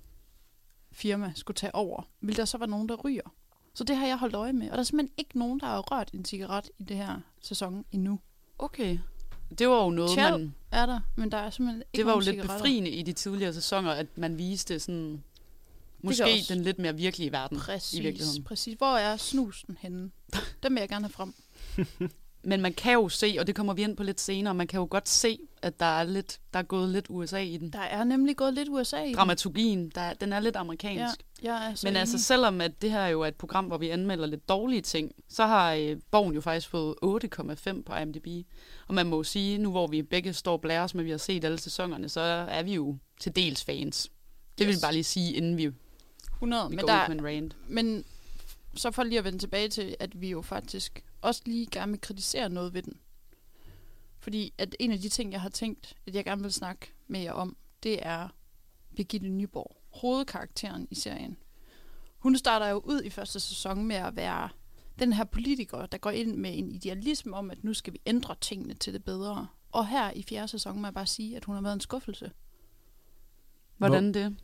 firma, skulle tage over, ville der så være nogen, der ryger. Så det har jeg holdt øje med. Og der er simpelthen ikke nogen, der har rørt en cigaret i det her sæson endnu. Okay. Det var jo noget, Tjal man... er der, men der er simpelthen ikke Det var jo nogen lidt cigaretter. befriende i de tidligere sæsoner, at man viste sådan... Måske også- den lidt mere virkelige verden i virkeligheden. Præcis. Hvor er snusen henne? Den vil jeg gerne have frem. Men man kan jo se, og det kommer vi ind på lidt senere, man kan jo godt se, at der er gået lidt USA i den. Der er nemlig gået lidt USA i den. Dramaturgien, den er lidt Ja, amerikansk. jeg er så Men enig. altså, selvom at det her jo er et program, hvor vi anmelder lidt dårlige ting, så har Borgen jo faktisk fået 8,5 på IMDb. Og man må jo sige, nu hvor vi begge står og blærer os med, at vi har set alle sæsonerne, så er vi jo til dels fans. Det vil Yes. vi bare lige sige, inden vi 100, går men, ud der, med en rant. men så for lige at vende tilbage til, at vi jo faktisk også lige gerne vil kritisere noget ved den. Fordi at en af de ting, jeg har tænkt, at jeg gerne vil snakke med jer om, det er Birgitte Nyborg, hovedkarakteren i serien. Hun starter jo ud i første sæson med at være den her politiker, der går ind med en idealisme om, at nu skal vi ændre tingene til det bedre. Og her i fjerde sæson må jeg bare sige, at hun har været en skuffelse. Hvordan det?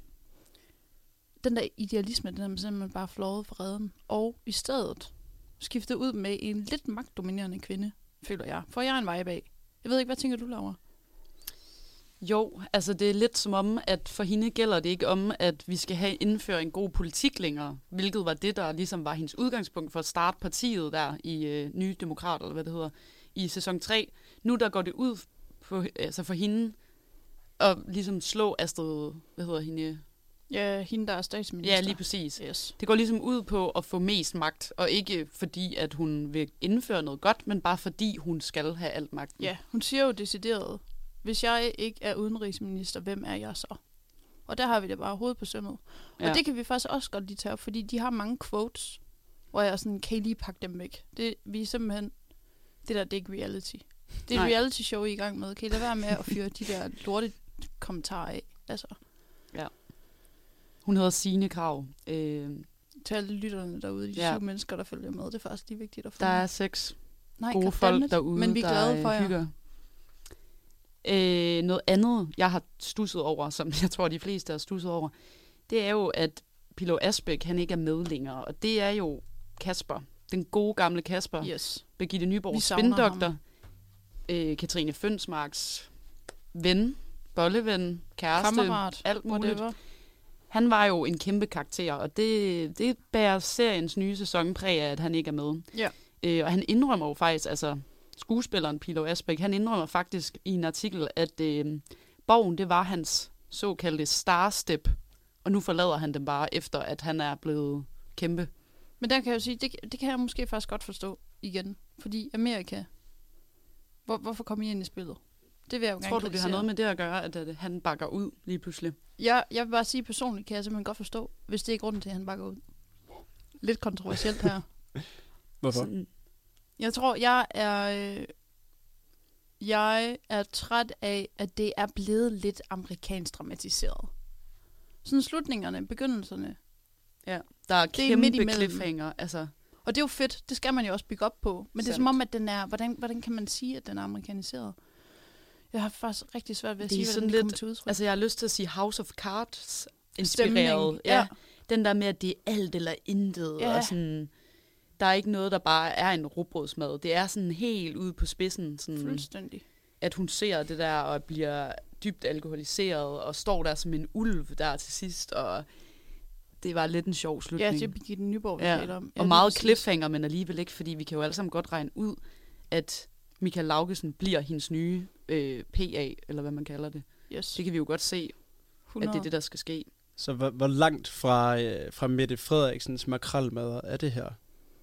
Den der idealisme, den er simpelthen bare flået for redden. Og i stedet skiftet ud med en lidt magtdominerende kvinde, føler jeg. Får jeg en vej bag? Jeg ved ikke, hvad tænker du, Laura? Jo, altså det er lidt som om, at for hende gælder det ikke om, at vi skal indføre en god politik længere, hvilket var det, der ligesom var hendes udgangspunkt for at starte partiet der i Nye Demokrater, eller hvad det hedder, i sæson 3. Nu der går det ud på, altså for hende at ligesom slå Astrid, hvad hedder hende? Ja, hende, der er statsminister. Ja, lige præcis. Yes. Det går ligesom ud på at få mest magt, og ikke fordi, at hun vil indføre noget godt, men bare fordi hun skal have alt magten. Ja, hun siger jo decideret, hvis jeg ikke er udenrigsminister, hvem er jeg så? Og der har vi det bare hovedet på sømmet. Ja. Og det kan vi faktisk også godt lige tage op, fordi de har mange quotes, hvor jeg sådan, kan I lige pakke dem væk? Vi er simpelthen, det er ikke reality. Det er et reality show, I er i gang med. Kan I lade være med at fyre de der lorte kommentarer af? Altså. Ja. Hun hedder Signe Krav. Til alle lytterne derude, de 7 mennesker, der følger med. Det er faktisk lige vigtigt at få. Der er 6 gode goddammit, folk derude, men vi er glade for jer. hygger. Noget andet, jeg har stusset over, som jeg tror, de fleste har stusset over, det er jo, at Pilo Asbæk, han ikke er med længere. Og det er jo Kasper. Den gode gamle Kasper. Yes. Birgitte Nyborg, spindoktor. Katrine Fønsmarks ven, bolleven, kæreste, kammerat, alt muligt. whatever. Han var jo en kæmpe karakter, og det bærer seriens nye sæson præg af, at han ikke er med. Ja. Og han indrømmer jo faktisk, altså skuespilleren Pilo Asbæk, han indrømmer faktisk i en artikel, at Borgen, det var hans såkaldte starstep, og nu forlader han dem bare efter, at han er blevet kæmpe. Men der kan jeg jo sige, det kan jeg måske faktisk godt forstå igen, fordi Amerika, hvorfor kom I ind i spillet? Det vil jeg jo gerne Tror du, det kritisere. har noget med det at gøre, at han bakker ud lige pludselig? Jeg vil bare sige personligt, kan jeg simpelthen godt forstå, hvis det er grunden til, at han bakker ud. Lidt kontroversielt her. Hvorfor? Sådan, Jeg tror, jeg er træt af, at det er blevet lidt amerikansk dramatiseret. Sådan slutningerne, begyndelserne. ja, der er Det er midt kæmpe imellem. cliffhanger, altså. Og det er jo fedt, det skal man jo også bygge op på. Men det er Sandt. som om, at den er, hvordan kan man sige, at den er amerikaniseret? Jeg har faktisk rigtig svært ved at Det er sige, sådan hvordan det kommer lidt- til udtryk. Altså, jeg har lyst til at sige House of Cards Stemning, inspireret. ja. Den der med, at det er alt eller intet, Ja. og sådan, der er ikke noget, der bare er en rugbrødsmad. Det er sådan helt ude på spidsen, sådan, Fuldstændig. at hun ser det der, og bliver dybt alkoholiseret, og står der som en ulv der til sidst, og det var lidt en sjov Ja, slutning. det er Birgitte Nyborg, vi Ja, taler om. og meget cliffhanger, men alligevel ikke, fordi vi kan jo alle sammen godt regne ud, at Michael Laugesen bliver hendes nye PA, eller hvad man kalder det. Yes. Det kan vi jo godt se, 100. at det er det, der skal ske. Så hvor langt fra Mette Frederiksens makrelmadder er det her?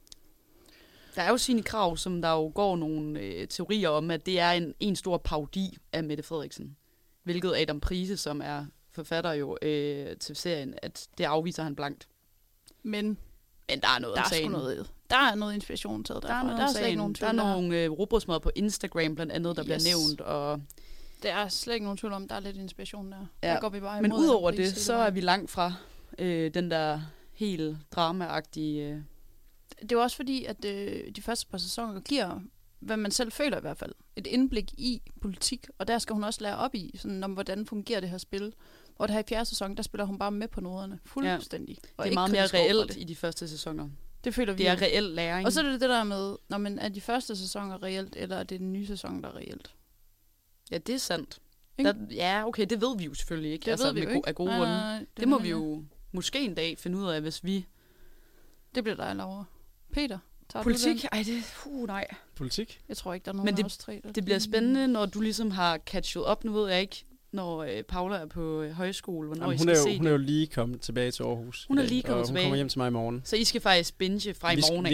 Der er jo Signe Krav, som der jo går nogle teorier om, at det er en stor parodi af Mette Frederiksen. Hvilket Adam Prise, som er forfatter jo til serien, at det afviser han blankt. Men Men der er noget der om er sgu sagen. der er noget inspiration taget Der er derfra. noget Der om er slet ikke sagen. nogen Der tvivl er nogle rugbrødsmadder på Instagram blandt andet, der Yes. bliver nævnt. Og Der er slet ikke nogen tvivl om, der er lidt inspiration der. Ja. Der går vi bare men imod udover Adam Prise det, hele så er vejen. vi langt fra den der helt drama-agtige... Det er jo også fordi, at de første par sæsoner giver, hvad man selv føler i hvert fald, et indblik i politik, og der skal hun også lære op i, sådan, om hvordan fungerer det her spil. Og det her i 4. sæson, der spiller hun bare med på noderne, fuldstændig. Det Og er ikke meget mere kritisk overfor reelt det. i de første sæsoner. Det føler vi. Det er reel læring. Og så er det det der med, når man er de første sæsoner reelt, eller er det den nye sæson, der er reelt? Ja, det er sandt. Ikke? Ja, okay, det ved vi jo selvfølgelig ikke. Det ved vi jo ikke. Af gode grunde. Det må vi jo måske en dag finde ud af, hvis vi... Det bliver dig, Laura. Peter, tager Politik? du den? Ej, det... nej. Politik? Jeg tror ikke, der er nogen Men af os tre. Der Det bliver spændende, når du ligesom har catchet op. Nu ved jeg ikke, når Paula er på højskole, hvornår Jamen, I hun, skal er se jo, hun er jo lige kommet tilbage til Aarhus. Hun i er dag, lige kommet og tilbage. Hun kommer hjem til mig i morgen. Så I skal faktisk binge fra i morgen af.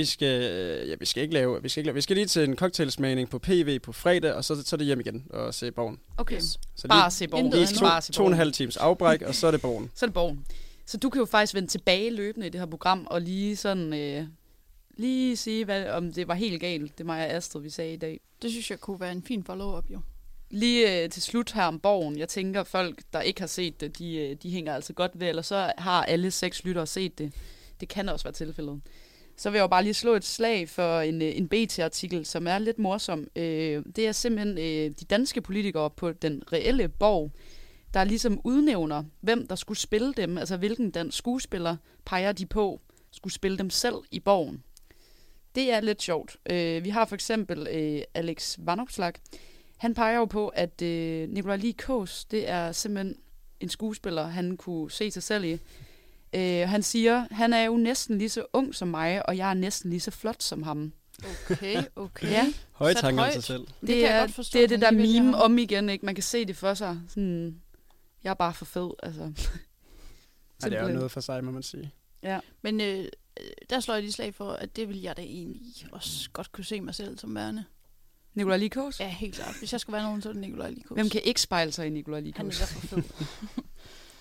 Vi skal lige til en cocktailsmagning på PV på fredag, og så er det hjem igen og se Borgen. Okay, Yes. Så bare se Borgen. Intet lige andet. Bare se to og en Borgen. halv times afbræk, og så er det Borgen. Så er det Borgen. Så du kan jo faktisk vende tilbage løbende i det her program, og lige sådan... lige sige, om det var helt galt, det mig og Astrid, vi sagde i dag. Det synes jeg kunne være en fin follow-up, jo. Lige til slut her om Borgen. Jeg tænker, folk, der ikke har set det, de hænger altså godt ved, eller så har alle 6 lyttere set det. Det kan også være tilfældet. Så vil jeg jo bare lige slå et slag for en BT-artikel, som er lidt morsom. Det er simpelthen de danske politikere på den reelle Borg, der ligesom udnævner, hvem der skulle spille dem, altså hvilken dansk skuespiller peger de på, skulle spille dem selv i Borgen. Det er lidt sjovt. Vi har for eksempel Alex Vanopslagh. Han peger jo på, at Nikolaj Lie Kaas, det er simpelthen en skuespiller, han kunne se sig selv i. Han siger, han er jo næsten lige så ung som mig, og jeg er næsten lige så flot som ham. Okay. Ja, Høje Sat tanker om højt. sig selv. Det kan jeg er godt forstå, det, er at det han der lige vælger meme ham. om igen, ikke? Man kan se det for sig. Sådan, jeg er bare for fed, altså. Ej, det er jo Simpelthen. noget for sig, må man sige. Ja. Men der slår jeg lige slag for, at det vil jeg da egentlig også godt kunne se mig selv som værende. Nikolaj Lie Kaas? Ja, helt klart. Hvis jeg skulle være nogen, så er det Nikolaj Lie Kaas. Hvem kan ikke spejle sig i Nikolaj Lie Han er Kaas? derfor fed.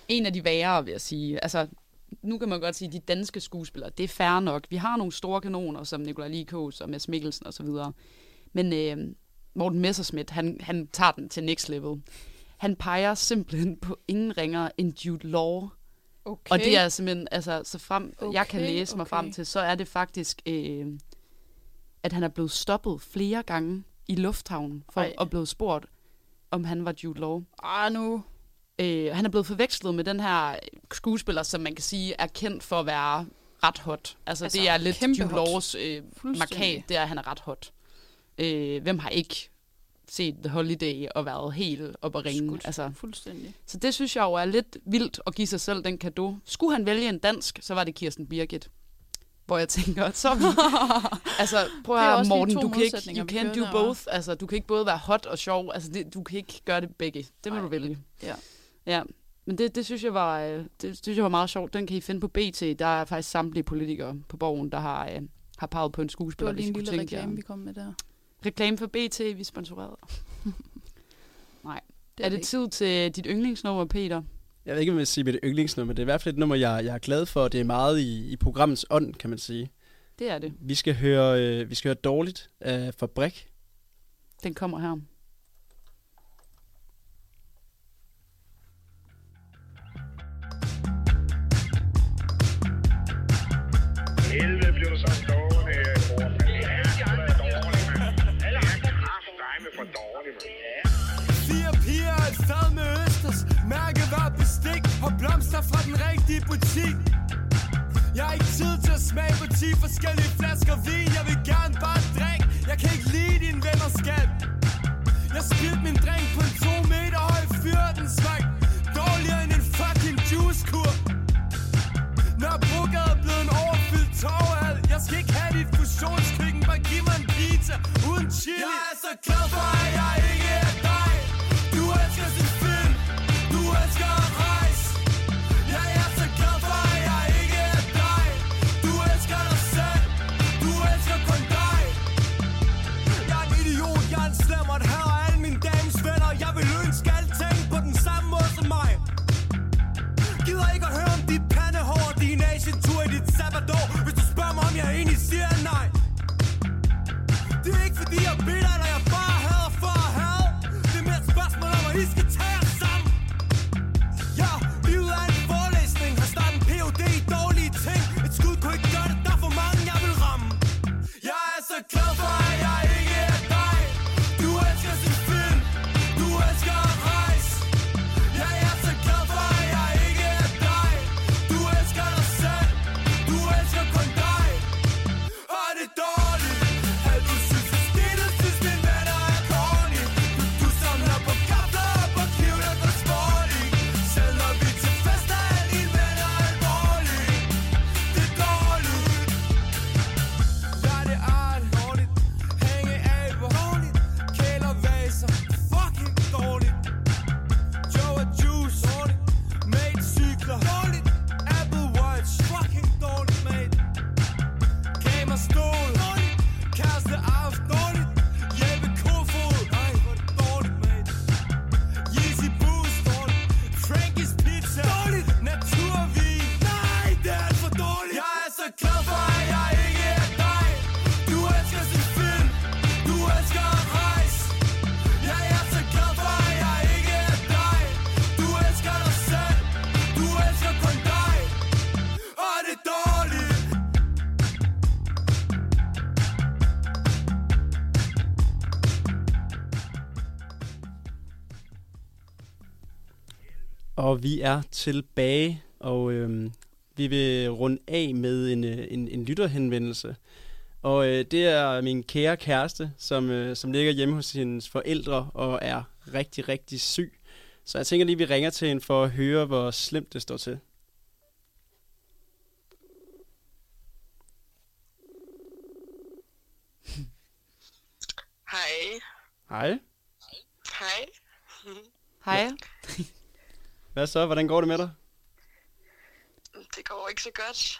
en af de værre, vil jeg sige. Altså, nu kan man godt sige, at de danske skuespillere, det er fair nok. Vi har nogle store kanoner, som Nikolaj Likås og Mads Mikkelsen osv. Men Morten Messerschmidt, han tager den til next level. Han peger simpelthen på ingen ringere end Jude Law. Okay. Og det er simpelthen, altså, så frem, jeg kan læse mig frem til, så er det faktisk, at han er blevet stoppet flere gange i lufthavnen, for at blive spurgt, om han var Jude Law. Nu. Han er blevet forvekslet med den her skuespiller, som man kan sige er kendt for at være ret hot. Altså det er lidt Jude Laws markat, det er, at han er ret hot. Hvem har ikke set The Holiday og været helt op at ringe? Altså, fuldstændig. Så det synes jeg jo er lidt vildt at give sig selv den cadeau. Skulle han vælge en dansk, så var det Kirsten Birgit. Hvor jeg tænker, så altså, prøv at høre, Morten, du kan ikke, you can't do both. Altså, du kan ikke både være hot og sjov. Altså, du kan ikke gøre det begge. Det må du vælge. Ja. Men det synes jeg var meget sjovt. Den kan I finde på BT. Der er faktisk samtlige politikere på Borgen, der har peget på en skuespiller. Det var lige en lille reklame, vi kom med der. Reklame for BT, vi er sponsoreret. Nej. Er det tid til dit yndlingsnummer, Peter? Jeg ved ikke, om jeg vil sige mit yndlingsnummer. Det er i hvert fald et nummer, jeg er glad for. Det er meget i programmets ånd, kan man sige. Det er det. Vi skal høre Dårligt af Fabrik. Den kommer her. Helvede bliver du så stående her i bordet. Dårlig, mand. Alle andre kraftdejme for dårlig, mand. 4 piger et sted med østers. Mærkevare bestik og blomster fra den rigtige butik. Jeg har ikke tid til at smage på 10 forskellige flasker vin. Jeg vil gerne bare drikke. Jeg kan ikke lide dine venner skat. Jeg spildte min drink på en 2 meter høj fyr. Den smag dårligere end en fucking juicekur. Når Brogade er blevet en overfyldt torvehal. Jeg skal ikke have dit fusionskøkken. Bare giv mig en pizza uden chili. Jeg er så glad for, at jeg ikke er dig. Du elsker sin film. Du elsker at rejse. Jeg er så glad for, at jeg ikke er dig. Du elsker dig selv. Du elsker kun dig. Jeg er en idiot. Jeg er en slemmer. Her er alle mine dames venner. Jeg vil ønske alting på den samme måde som mig. Gider ikke at høre om dit pandehår og din Asian-tur i dit sabbatår. Hvis du spørger mig, om jeg egentlig siger nej. Det er ikke fordi jeg bitter, eller jeg bare hader for at have. Det er mere et spørgsmål om, at I skal tage jer sammen. Ja, livet er en forelæsning. Har startet en PhD i dårlige ting. Et skud kunne ikke gøre det, der er for mange, jeg vil ramme. Jeg er så glad for, at jeg ikke er dig. Du elsker sin film. Du elsker at rejse. Jeg er så glad for, at jeg ikke er dig. Du elsker dig selv. Du elsker kun dig. Og det er dårligt. Alt du synes er stillet, synes mine venner er corny. Du samler på gafler og på kniv, der går sport i. Selv når vi er til fest, er alle dine venner alvorlige. Det er dårligt. Ja, det er dårligt. Hænge af på dårligt. Kælervaser. Fucking dårligt. Joe og Juice. Dårligt. Mate cykler. Dårligt. Apple Watch. Fucking dårligt, mate. Gamer stol. Dårligt. Kæreste Arf. Dårligt. Jeppe Kofod. Ej, hvor det dårligt, mate. Yeezy Boost. Dårligt. Frankie's Pizza. Dårligt. Naturvin. Nej, det er alt for dårligt. Jeg er så glad for, at jeg ikke er dig. Du elsker sin film. Du elsker at rejse. Jeg er så glad for, at jeg ikke er dig. Du elsker dig selv. Du elsker kun dig. Og det er dårligt. Og vi er tilbage, og vi vil runde af med en lytterhenvendelse. Og det er min kære kæreste, som ligger hjemme hos hendes forældre og er rigtig, rigtig syg. Så jeg tænker lige, vi ringer til hende for at høre, hvor slemt det står til. Hej. Hej. Hej. Hej. Hvad så? Hvordan går det med dig? Det går ikke så godt.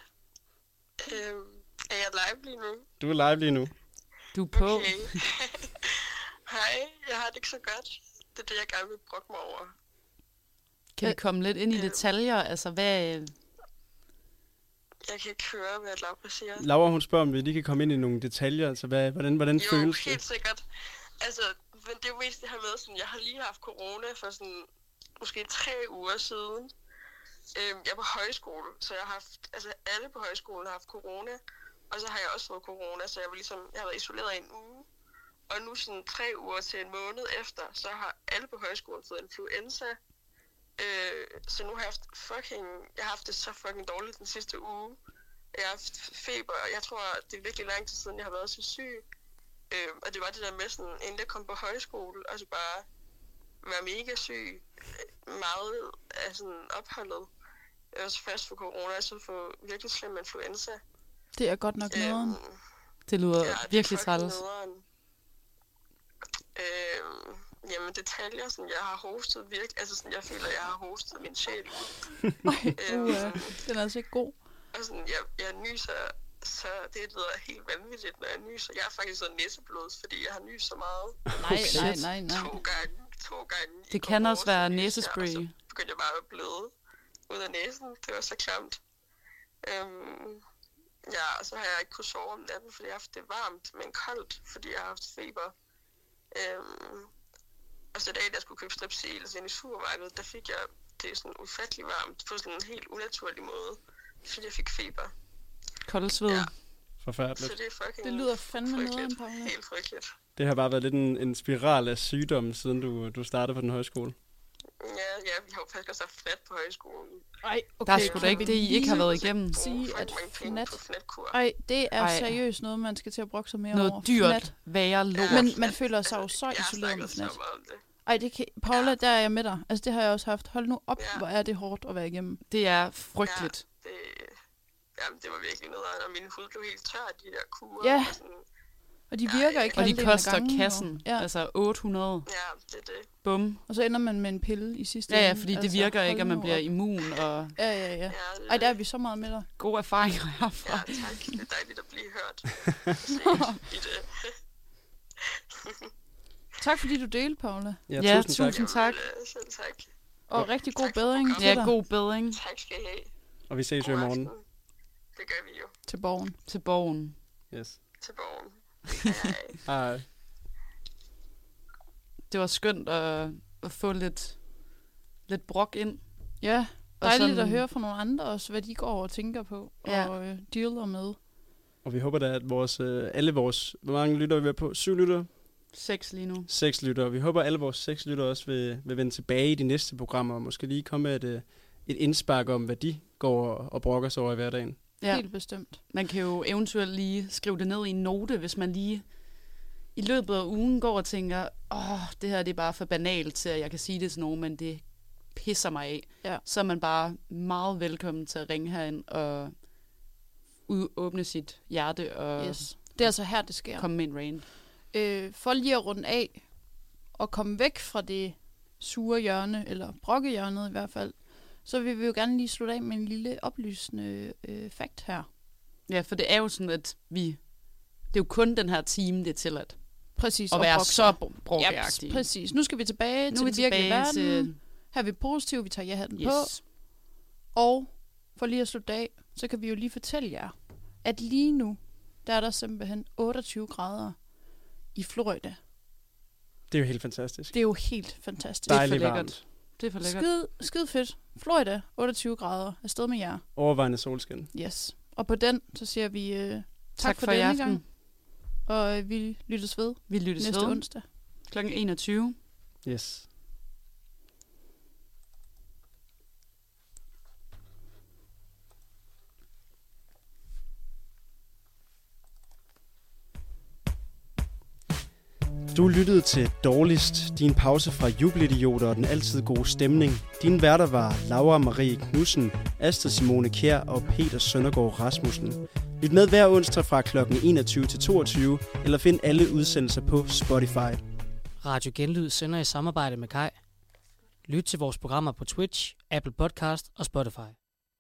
Er jeg live lige nu? Du er live lige nu. Du er på. Okay. Hej, jeg har det ikke så godt. Det er det, jeg gerne vil brokke mig over. Kan vi komme lidt ind i detaljer? Altså, hvad... Jeg kan ikke høre, hvad Laura siger. Laura, hun spørger, om vi lige kan komme ind i nogle detaljer. Altså, hvordan Jo, føles det? helt sikkert. Altså, men det er jo mest det her med, sådan, jeg har lige haft corona for sådan, måske 3 uger siden. Jeg er på højskole, så jeg har haft, altså alle på højskolen har haft corona. Og så har jeg også fået corona, så jeg har været isoleret i en uge. Og nu sådan 3 uger til en måned efter, så har alle på højskolen fået influenza. Så nu har jeg har haft det så fucking dårligt den sidste uge. Jeg har haft feber, og jeg tror, det er virkelig lang tid siden, jeg har været så syg. Og det var det der med sådan, inden jeg kom på højskole, og så bare være mega syg. Meget af sådan opholdet. Jeg var så fast for corona, så få virkelig slem influenza. Det er godt nok nederen. Det lyder virkelig træls. Jamen detaljer, sådan jeg har hostet virkelig, altså sådan jeg føler, jeg har hostet min sjæl. Den er altså ikke god. Og sådan, jeg nyser, så det lyder helt vanvittigt, når jeg nyser. Jeg har faktisk sådan næseblods, fordi jeg har nyst så meget. Nej. 2 gange. Det kan også være næsespray. Så begyndte jeg bare at bløde ud af næsen. Det var så klamt. Ja, og så har jeg ikke kunnet sove om natten, fordi jeg har haft det varmt, men koldt, fordi jeg har haft feber. Og så da jeg skulle købe strepsils ind i supermarkedet, der fik jeg det sådan ufattelig varmt på sådan en helt unaturlig måde, fordi jeg fik feber. Koldsved. Ja. Forfærdeligt. Så det er fucking Det lyder fandme nederen, Paula. Helt frygteligt. Det har bare været lidt en spiral af sygdom, siden du startede på den højskole. Ja, vi har jo faktisk også haft fnat på højskolen. Ej, okay. Der er sgu da ikke det, I ikke har været igennem. Sige, at fnat... fnatkur. Ej, det er seriøst noget, man skal til at brokke sig mere over. Noget dyrt, værre lort. Men man føler sig jo så isoleret med fnat. Ej, det kan... Paula, der er jeg med dig. Altså, det har jeg også haft. Hold nu op, hvor er det hårdt at være igennem. Det er frygteligt. Jamen, det var virkelig noget, og min hud blev helt tør af de der kurer. Ja. Og de virker ikke og de halvdelen af koster gangen, kassen. Altså 800. Ja, det er det. Bum. Og så ender man med en pille i sidste Ja, ende. fordi det virker ikke, at man bliver immun. Og... Ja. Ej, der er vi så meget med dig. Gode erfaringer herfra. Ja, tak. Det er dejligt at blive hørt. I det. Tak fordi du delte, Paula. Ja, tusind tak. Selv tak. Og rigtig god bedring til dig. dig. Ja, god bedring. Tak skal I have. Og vi ses jo i morgen. Det gør vi jo. Til borgen. Til borgen. Yes. Til borgen. Hej. Det var skønt at få lidt brok ind. Ja, Og dejligt sådan- at høre fra nogle andre også, hvad de går og tænker på og dealer med. Og vi håber da, at alle vores... Hvor mange lytter vi er på? 7 lytter? 6 lige nu. 6 lytter. Vi håber, at alle vores 6 lytter også vil vende tilbage i de næste programmer, og måske lige komme med et indspark om, hvad de går og brokker sig over i hverdagen. Ja. Helt bestemt. Man kan jo eventuelt lige skrive det ned i en note, hvis man lige i løbet af ugen går og tænker, det her det er bare for banalt til, at jeg kan sige det til nogen, men det pisser mig af. Ja. Så er man bare meget velkommen til at ringe herind og åbne sit hjerte og Yes. Det er altså her, det sker. komme med en rant. For lige at runde af og komme væk fra det sure hjørne, eller brokkehjørnet i hvert fald, så vil vi jo gerne lige slutte af med en lille oplysende fakt her. Ja, for det er jo sådan, at det er jo kun den her time, det er tilladt Præcis. at og være brokke så sig. brokkeagtige. Yep, præcis. Nu skal vi tilbage Nu til er vi den virkelige tilbage verden. til... Her er vi positive, vi tager ja-hatten Yes. på. Og for lige at slutte af, så kan vi jo lige fortælle jer, at lige nu, der er der simpelthen 28 grader i Florida. Det er jo helt fantastisk. Det er jo helt fantastisk. Dejligt lækkert. varmt. Det er for lækkert. Skide fedt. Florida, 28 grader. Afsted med jer. Overvejende solskin. Yes. Og på den, så siger vi tak for i denne aften. gang. Og vi lyttes ved Vi lyttes næste ved onsdag. kl. 21. Yes. Du lyttede til Dårligst, din pause fra Jubelidioter og den altid gode stemning. Dine værter var Laura Marie Knudsen, Astrid Simone Kjær og Peter Søndergaard Rasmussen. Lyt med hver onsdag fra kl. 21 til 22, eller find alle udsendelser på Spotify. Radio Genlyd sender i samarbejde med Kai. Lyt til vores programmer på Twitch, Apple Podcast og Spotify.